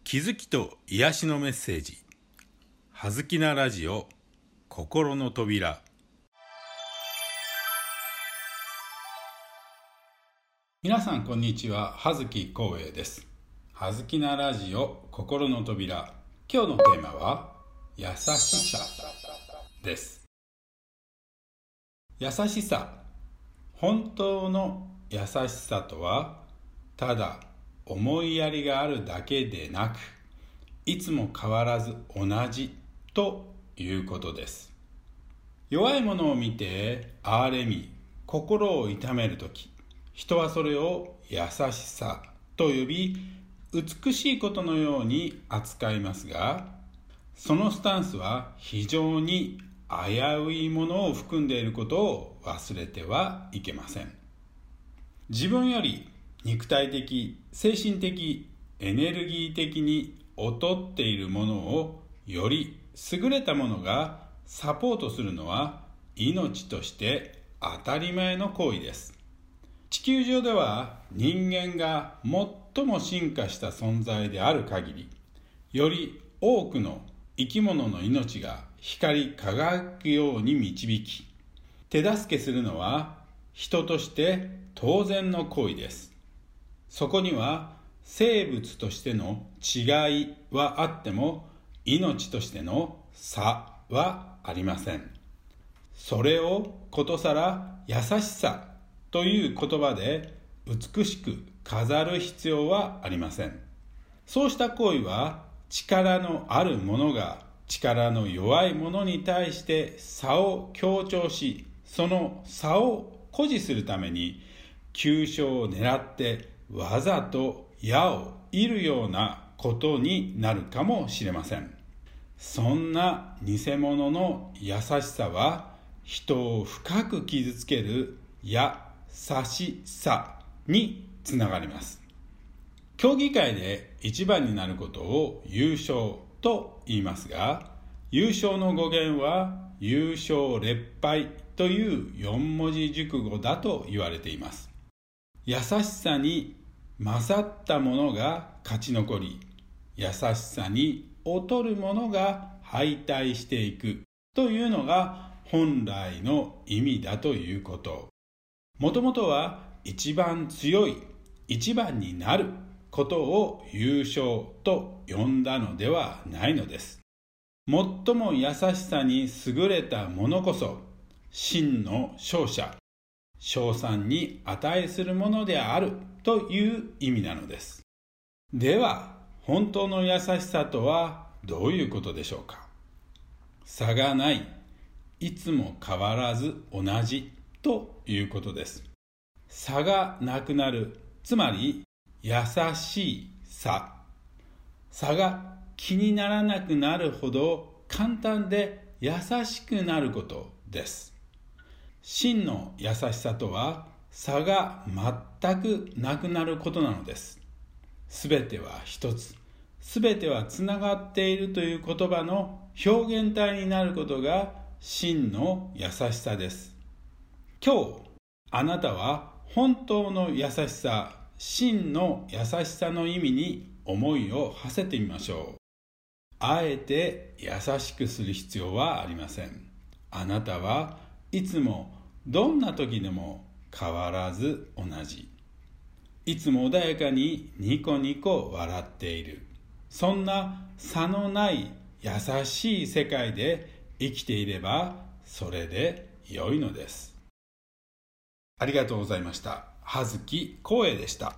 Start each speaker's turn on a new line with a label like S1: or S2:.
S1: 気づきと癒しのメッセージ、はずきなラジオ心の扉。皆さんこんにちは、葉月光栄です。はずきなラジオ心の扉。今日のテーマは優しさです。優しさ、本当の優しさとは、ただ思いやりがあるだけでなく、いつも変わらず同じということです。弱いものを見て憐れみ、心を痛めるとき、人はそれを優しさと呼び、美しいことのように扱いますが、そのスタンスは非常に危ういものを含んでいることを忘れてはいけません。自分より肉体的、精神的、エネルギー的に劣っているものをより優れたものがサポートするのは命として当たり前の行為です。地球上では人間が最も進化した存在である限り、より多くの生き物の命が光り輝くように導き、手助けするのは人として当然の行為です。そこには生物としての違いはあっても、命としての差はありません。それをことさら優しさという言葉で美しく飾る必要はありません。そうした行為は、力のある者が力の弱い者に対して差を強調し、その差を誇示するために急所を狙ってわざと矢を射るようなことになるかもしれません。そんな偽物の優しさは、人を深く傷つける優しさにつながります。競技会で一番になることを優勝と言いますが、優勝の語源は優勝劣敗という4文字熟語だと言われています。優しさに勝った者が勝ち残り、優しさに劣る者が敗退していくというのが本来の意味だということ。もともとは一番強い、一番になることを優勝と呼んだのではないのです。最も優しさに優れた者こそ真の勝者、称賛に値するものであるという意味なのです。では、本当の優しさとはどういうことでしょうか。差がない、いつも変わらず同じということです。差がなくなる、つまり優しい差。差が気にならなくなるほど簡単で優しくなることです。真の優しさとは、差が全くなくなることなのです。すべては一つ、すべてはつながっているという言葉の表現体になることが真の優しさです。今日、あなたは本当の優しさ、真の優しさの意味に思いを馳せてみましょう。あえて優しくする必要はありません。あなたはいつもどんな時でも変わらず同じ。いつも穏やかにニコニコ笑っている。そんな差のない優しい世界で生きていれば、それで良いのです。ありがとうございました。葉月光栄でした。